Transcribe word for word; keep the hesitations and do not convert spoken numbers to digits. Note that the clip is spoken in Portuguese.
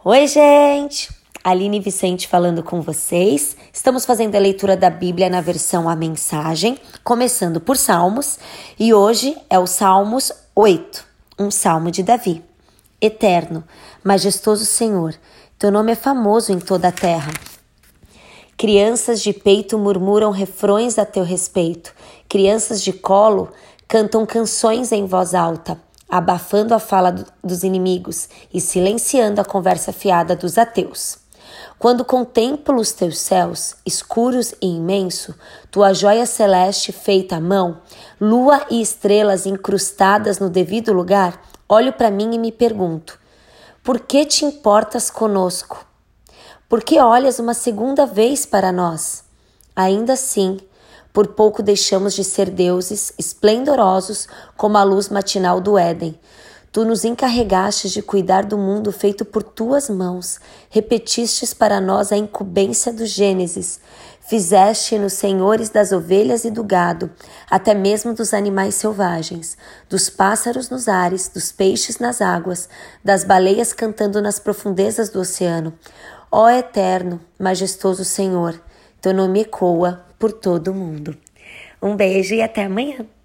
Oi, gente! Aline Vicente falando com vocês. Estamos fazendo a leitura da Bíblia na versão A Mensagem, começando por Salmos, e hoje é o Salmos oito, um salmo de Davi. Eterno, majestoso Senhor, teu nome é famoso em toda a terra. Crianças de peito murmuram refrões a teu respeito. Crianças de colo cantam canções em voz alta, abafando a fala do, dos inimigos e silenciando a conversa fiada dos ateus. Quando contemplo os teus céus, escuros e imenso, tua joia celeste feita à mão, lua e estrelas incrustadas no devido lugar, olho para mim e me pergunto, por que te importas conosco? Por que olhas uma segunda vez para nós? Ainda assim, por pouco deixamos de ser deuses esplendorosos como a luz matinal do Éden. Tu nos encarregastes de cuidar do mundo feito por tuas mãos. Repetistes para nós a incumbência do Gênesis. Fizeste-nos senhores das ovelhas e do gado, até mesmo dos animais selvagens, dos pássaros nos ares, dos peixes nas águas, das baleias cantando nas profundezas do oceano. Ó eterno, majestoso Senhor, teu nome ecoa por todo o mundo. Um beijo e até amanhã.